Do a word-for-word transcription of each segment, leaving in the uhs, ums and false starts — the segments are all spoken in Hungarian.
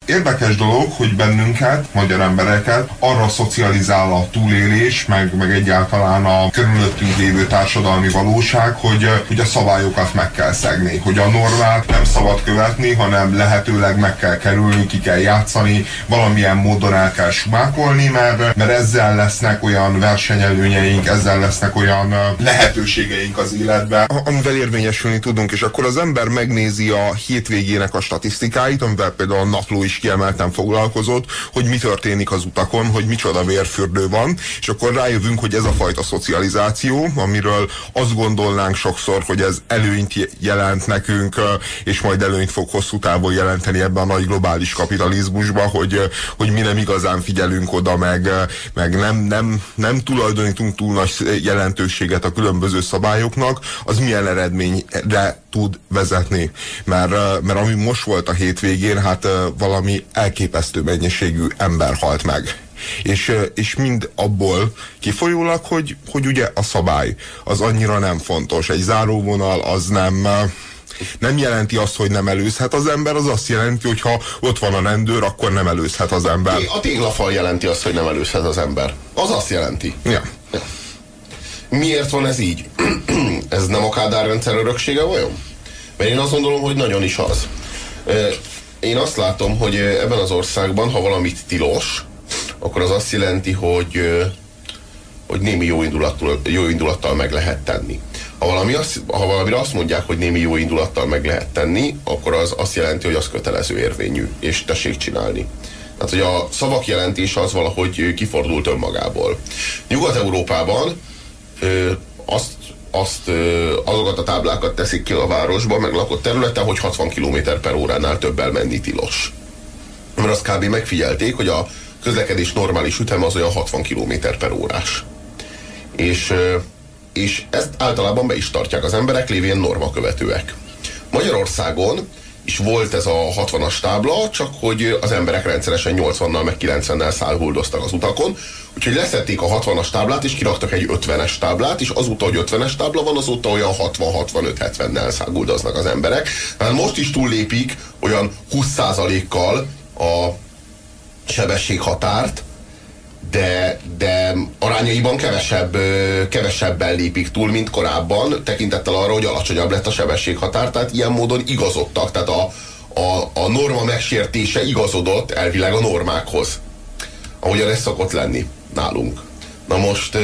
érdekes dolog, hogy bennünket, magyar embereket arra szocializál a túlélés, meg, meg egyáltalán a körülöttünk lévő társadalmi valóság, hogy, hogy a szabályokat meg kell szegni, hogy a normát nem szabad követni, hanem lehetőleg meg kell kerülni, ki kell játszani, valamilyen módon el kell sumákolni, mert, mert ezzel lesznek olyan versenyelőnyeink, ezzel lesznek olyan lehetőségeink az életben, amivel érvényesülni tudunk, és akkor az ember megnézi a hétvégének a statisztikáit, amivel például a Napló is kiemelten foglalkozott, hogy mi történik az utakon, hogy micsoda vérfürdő van, és akkor rájövünk, hogy ez a fajta szocializáció, amiről azt gondolnánk sokszor, hogy ez előnyt jelent nekünk, és majd előnyt fog hosszú távon jelenteni ebben a nagy globális kapitalizmusban, hogy, hogy mi nem igazán figyelünk oda, meg, meg nem, nem, nem tulajdonítunk túl nagy jelentőséget a különböző szabályoknak, az milyen eredményre tud vezetni. Mert, mert ami most volt a hétvégén, hát valami elképesztő mennyiségű ember halt meg. És, és mind abból kifolyólag, hogy, hogy ugye a szabály az annyira nem fontos. Egy záróvonal az nem... nem jelenti azt, hogy nem előzhet az ember, az azt jelenti, hogy ha ott van a rendőr, akkor nem előzhet az ember. A téglafal jelenti azt, hogy nem előzhet az ember. Az azt jelenti. Ja. Ja. Miért van ez így? Ez nem a Kádár rendszer öröksége vajon? Mert én azt gondolom, hogy nagyon is az. Én azt látom, hogy ebben az országban, ha valamit tilos, akkor az azt jelenti, hogy, hogy némi jó indulattal, jó indulattal meg lehet tenni. Ha, valami azt, ha valamire azt mondják, hogy némi jó indulattal meg lehet tenni, akkor az azt jelenti, hogy az kötelező érvényű, és tessék csinálni. Tehát, hogy a szavak jelentése az valahogy kifordult önmagából. Nyugat-Európában ö, azt, azt, ö, azokat a táblákat teszik ki a városba, meg lakott területen, hogy hatvan kilométer per óránál többel menni tilos. Mert azt kb. Megfigyelték, hogy a közlekedés normális üteme az olyan hatvan kilométer per órás. És... Ö, és ezt általában be is tartják az emberek, lévén normakövetőek. Magyarországon is volt ez a hatvanas tábla, csak hogy az emberek rendszeresen nyolcvannal meg kilencvennel száguldoztak az utakon, úgyhogy leszették a hatvanas táblát, és kiraktak egy ötvenes táblát, és azóta, hogy ötvenes tábla van, azóta olyan hatvan hatvanöt hetvennel száguldoznak az emberek. Hát most is túllépik olyan húsz százalékkal a sebességhatárt, De, de arányaiban kevesebb, kevesebben lépik túl, mint korábban, tekintettel arra, hogy alacsonyabb lett a sebességhatár, tehát ilyen módon igazodtak, tehát a, a, a norma megsértése igazodott elvileg a normákhoz, ahogyan ez szokott lenni nálunk. Na most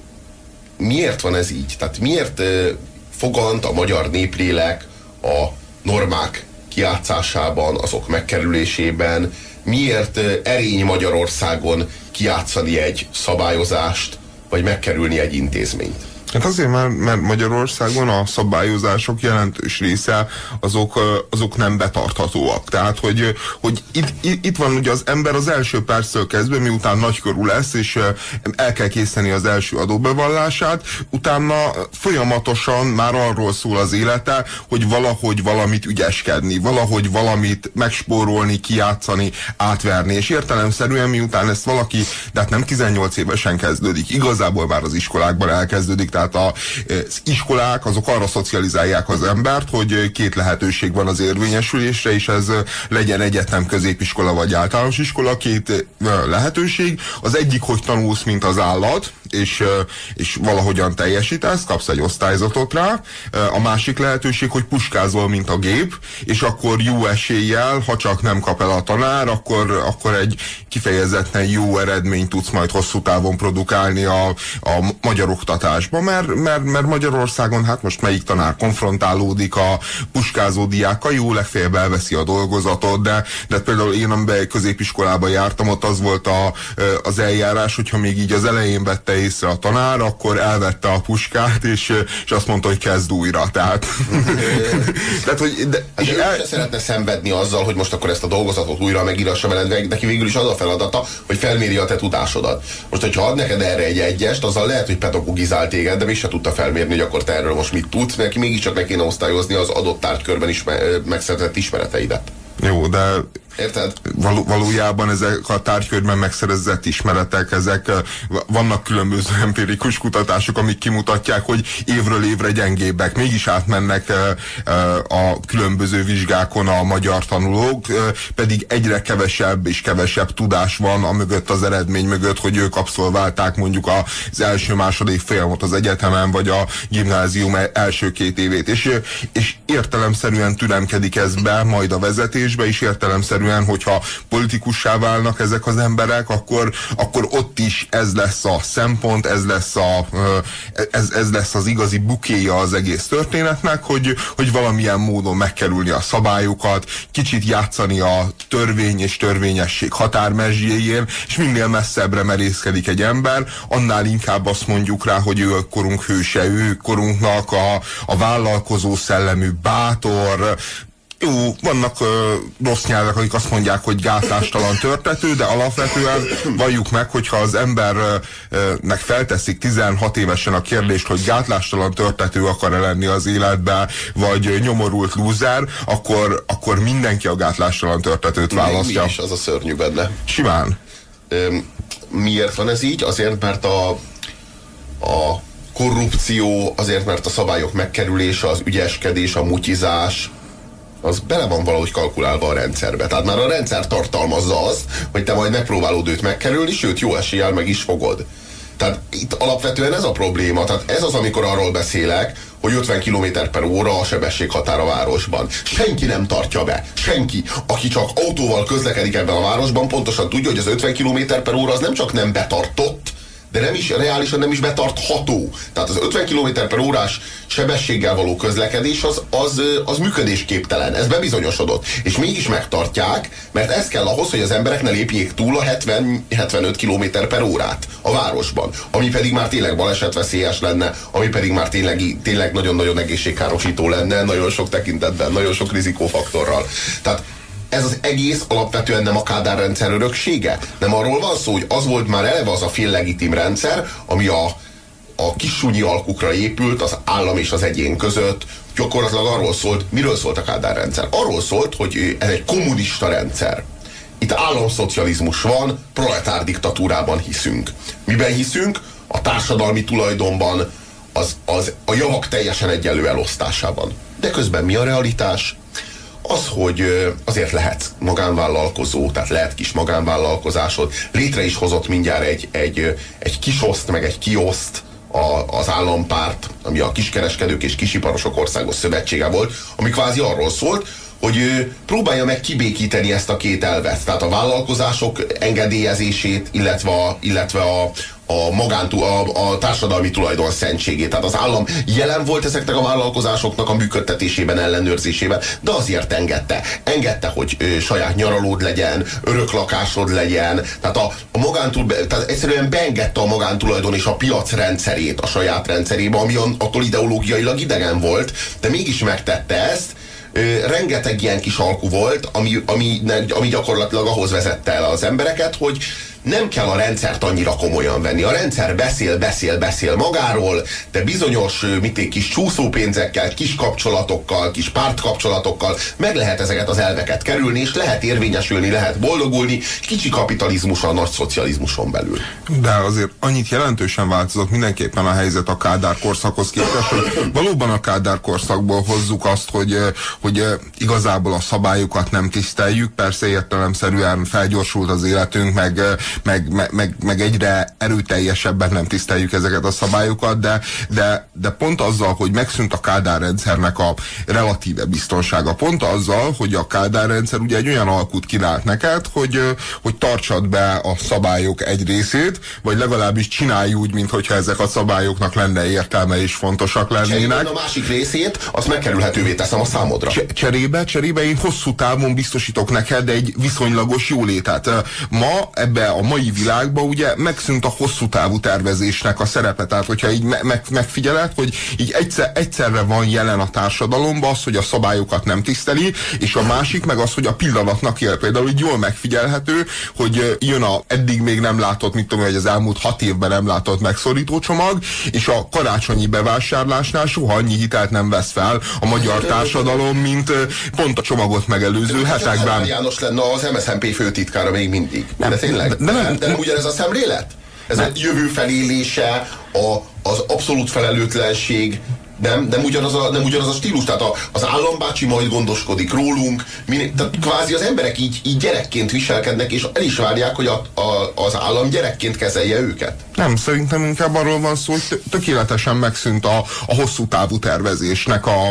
miért van ez így? Tehát miért fogant a magyar néplélek a normák kijátszásában, azok megkerülésében, miért erény Magyarországon kijátszani egy szabályozást, vagy megkerülni egy intézményt? Hát azért, mert, mert Magyarországon a szabályozások jelentős része azok, azok nem betarthatóak. Tehát, hogy, hogy itt, itt van ugye az ember az első perctől kezdve, miután nagykorú lesz, és el kell készíteni az első adóbevallását, utána folyamatosan már arról szól az élete, hogy valahogy valamit ügyeskedni, valahogy valamit megspórolni, kijátszani, átverni, és értelemszerűen miután ezt valaki, de hát nem tizennyolc évesen kezdődik, igazából már az iskolákban elkezdődik, tehát az iskolák azok arra szocializálják az embert, hogy két lehetőség van az érvényesülésre, és ez legyen egyetem, középiskola vagy általános iskola, két lehetőség. Az egyik, hogy tanulsz, mint az állat, és, és valahogyan teljesítesz, kapsz egy osztályzatot rá. A másik lehetőség, hogy puskázol, mint a gép, és akkor jó eséllyel, ha csak nem kap el a tanár, akkor, akkor egy kifejezetten jó eredményt tudsz majd hosszú távon produkálni a, a magyar oktatásban, mert, mert, mert Magyarországon hát most melyik tanár konfrontálódik a puskázó diákkal, jó, legfeljebb elveszi a dolgozatot, de, de például én, amiben középiskolába jártam, ott az volt a, az eljárás, hogyha még így az elején vette észre a tanár, akkor elvette a puskát, és, és azt mondta, hogy kezd újra. Tehát, tehát hogy de, és ő el... se szeretne szenvedni azzal, hogy most akkor ezt a dolgozatot újra megírassa veled, neki végül is az a feladata, hogy felméri a te tudásodat. Most, hogyha ad neked erre egy egyest, azzal lehet, hogy pedagogizál téged, de még se tudta felmérni, hogy akkor te erről most mit tudsz, neki mégiscsak le kéne osztályozni az adott tárgykörben is megszerzett ismereteidet. Jó, de Érted? Val- valójában ezek a tárgykörben megszerezett ismeretek, ezek vannak különböző empirikus kutatások, amik kimutatják, hogy évről évre gyengébbek, mégis átmennek a különböző vizsgákon a magyar tanulók, pedig egyre kevesebb és kevesebb tudás van a mögött, az eredmény mögött, hogy ők abszolválták mondjuk az első-második folyamot az egyetemen, vagy a gimnázium első két évét, és, és értelemszerűen türemkedik ez be, majd a vezetésbe is értelemszerűen, hogyha politikussá válnak ezek az emberek, akkor, akkor ott is ez lesz a szempont, ez lesz, a, ez, ez lesz az igazi bukéja az egész történetnek, hogy, hogy valamilyen módon megkerülni a szabályokat, kicsit játszani a törvény és törvényesség határmezséjén, és minél messzebbre merészkedik egy ember, annál inkább azt mondjuk rá, hogy ő a korunk hőse, ő korunknak a, a vállalkozó szellemű, bátor. Jó, vannak uh, rossz nyelvek, akik azt mondják, hogy gátlástalan törtető, de alapvetően valljuk meg, hogyha az embernek felteszik tizenhat évesen a kérdést, hogy gátlástalan törtető akar-e lenni az életbe, vagy nyomorult lúzer, akkor, akkor mindenki a gátlástalan törtetőt választja. Mi is az a szörnyű benne? Simán. Üm, miért van ez így? Azért, mert a, a korrupció, azért, mert a szabályok megkerülése, az ügyeskedés, a mutyizás, az bele van valahogy kalkulálva a rendszerbe. Tehát már a rendszer tartalmazza azt, hogy te majd megpróbálod őt megkerülni, sőt, jó eséllyel meg is fogod. Tehát itt alapvetően ez a probléma. Tehát ez az, amikor arról beszélek, hogy ötven kilométer per óra a sebességhatár a városban. Senki nem tartja be. Senki, aki csak autóval közlekedik ebben a városban, pontosan tudja, hogy az ötven kilométer per óra az nem csak nem betartott, de nem is, reálisan nem is betartható. Tehát az ötven kilométer per órás sebességgel való közlekedés az, az, az működésképtelen. Ez bebizonyosodott. És mégis megtartják, mert ez kell ahhoz, hogy az emberek ne lépjék túl a hetven-hetvenöt kilométer per órát a városban. Ami pedig már tényleg balesetveszélyes lenne, ami pedig már tényleg, tényleg nagyon-nagyon egészségkárosító lenne, nagyon sok tekintetben, nagyon sok rizikófaktorral. Tehát ez az egész alapvetően nem a Kádár rendszer öröksége? Nem arról van szó, hogy az volt már eleve az a féllegitim rendszer, ami a, a kissúnyi alkukra épült az állam és az egyén között. Gyakorlatilag arról szólt, miről szólt a Kádár rendszer? Arról szólt, hogy ez egy kommunista rendszer. Itt államszocializmus van, proletár diktatúrában hiszünk. Miben hiszünk? A társadalmi tulajdonban, az, az, a javak teljesen egyenlő elosztásában. De közben mi a realitás? Az, hogy azért lehet magánvállalkozó, tehát lehet kis magánvállalkozásod, létre is hozott mindjárt egy, egy, egy kisoszt, meg egy kioszt a, az állampárt, ami a Kiskereskedők és Kisiparosok Országos Szövetsége volt, ami kvázi arról szólt, hogy próbálja meg kibékíteni ezt a két elvet, tehát a vállalkozások engedélyezését, illetve a, illetve a, a, magántú, a, a társadalmi tulajdon szentségét. Tehát az állam jelen volt ezeknek a vállalkozásoknak a működtetésében, ellenőrzésében, de azért engedte. Engedte, hogy ö, saját nyaralód legyen, öröklakásod legyen, tehát, a, a magántúl, tehát egyszerűen beengedte a magántulajdon és a piac rendszerét a saját rendszerébe, ami attól ideológiailag idegen volt, de mégis megtette ezt. Ö, rengeteg ilyen kis alku volt, ami, ami, ami gyakorlatilag ahhoz vezette el az embereket, hogy nem kell a rendszert annyira komolyan venni. A rendszer beszél, beszél, beszél magáról, de bizonyos mit egy kis csúszópénzekkel, kis kapcsolatokkal, kis pártkapcsolatokkal meg lehet ezeket az elveket kerülni, és lehet érvényesülni, lehet boldogulni, kicsi kapitalizmuson, nagy szocializmuson belül. De azért annyit jelentősen változott mindenképpen a helyzet a Kádár korszakhoz képest, hogy valóban a Kádár korszakból hozzuk azt, hogy, hogy igazából a szabályokat nem tiszteljük, persze értelemszerűen felgyorsult az életünk, meg Meg, meg, meg egyre erőteljesebben nem tiszteljük ezeket a szabályokat, de, de, de pont azzal, hogy megszűnt a Kádár rendszernek a relatíve biztonsága, pont azzal, hogy a Kádár rendszer ugye egy olyan alkut kínált neked, hogy, hogy tartsad be a szabályok egy részét, vagy legalábbis csinálj úgy, mintha ezek a szabályoknak lenne értelme és fontosak lennének. A másik részét, azt megkerülhetővé teszem a számodra. Cserébe, cserébe én hosszú távon biztosítok neked egy viszonylagos jólétet. Ma ebbe a mai világban ugye megszűnt a hosszú távú tervezésnek a szerepe. Tehát, hogyha így me- meg- megfigyeled, hogy így egyszer, egyszerre van jelen a társadalomban az, hogy a szabályokat nem tiszteli, és a másik meg az, hogy a pillanatnak él. Például így jól megfigyelhető, hogy jön a eddig még nem látott, mit tudom, hogy az elmúlt hat évben nem látott megszorító csomag, és a karácsonyi bevásárlásnál soha annyi hitelt nem vesz fel a magyar társadalom, mint pont a csomagot megelőző hetekben. János lenne az em es zé en pé főtitkára még mindig. Nem, de tényleg? De, de nem, de nem ugyanez a szemlélet? Ez nem. A jövő felélése, a, az abszolút felelőtlenség, nem, nem, ugyanaz a, nem ugyanaz a stílus, tehát a, az állambácsi majd gondoskodik rólunk, minél, tehát kvázi az emberek így, így gyerekként viselkednek, és el is várják, hogy a, a, az állam gyerekként kezelje őket. Nem, szerintem inkább arról van szó, hogy tökéletesen megszűnt a, a hosszú távú tervezésnek a,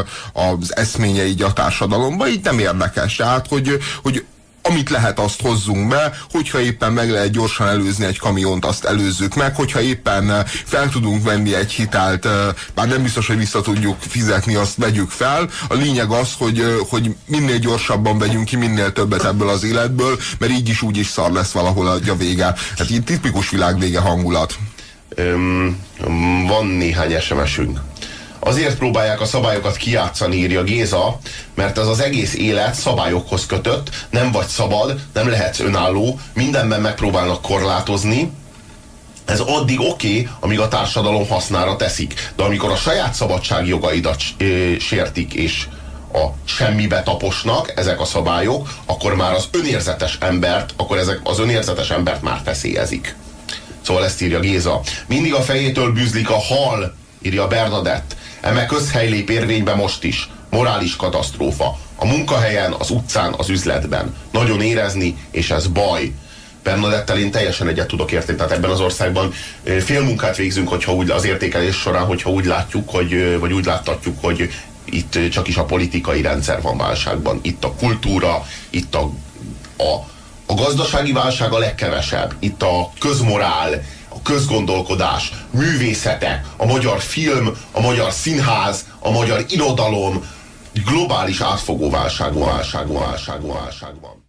az eszménye így a társadalomban, így nem érdekes. Tehát, hogy, hogy amit lehet, azt hozzunk be, hogyha éppen meg lehet gyorsan előzni egy kamiont, azt előzzük meg, hogyha éppen fel tudunk venni egy hitelt, bár nem biztos, hogy vissza tudjuk fizetni, azt vegyük fel. A lényeg az, hogy, hogy minél gyorsabban vegyünk ki minél többet ebből az életből, mert így is úgy is szar lesz valahol a vége. Hát így tipikus világvége hangulat. Öm, van néhány es em es-ünk. Azért próbálják a szabályokat kijátszani, írja Géza, mert ez az egész élet szabályokhoz kötött, nem vagy szabad, nem lehetsz önálló, mindenben megpróbálnak korlátozni. Ez addig oké, okay, amíg a társadalom hasznára teszik. De amikor a saját szabadságjogaidat sértik, és a semmibe taposnak ezek a szabályok, akkor már az önérzetes embert, akkor ezek az önérzetes embert már feszélyezik. Szóval ezt írja Géza. Mindig a fejétől bűzlik a hal, írja Bernadett. Eme közhely lép érvénybe most is. Morális katasztrófa. A munkahelyen, az utcán, az üzletben. Nagyon érezni, és ez baj. Bernadettel én teljesen egyet tudok érteni. Tehát ebben az országban fél munkát végzünk, hogyha úgy, az értékelés során, hogyha úgy látjuk, hogy, vagy úgy láttatjuk, hogy itt csak is a politikai rendszer van válságban. Itt a kultúra, itt a, a, a gazdasági válság a legkevesebb. Itt a közmorál, a közgondolkodás, művészete, a magyar film, a magyar színház, a magyar irodalom globális átfogó válságban, válságban, válságban, válságban.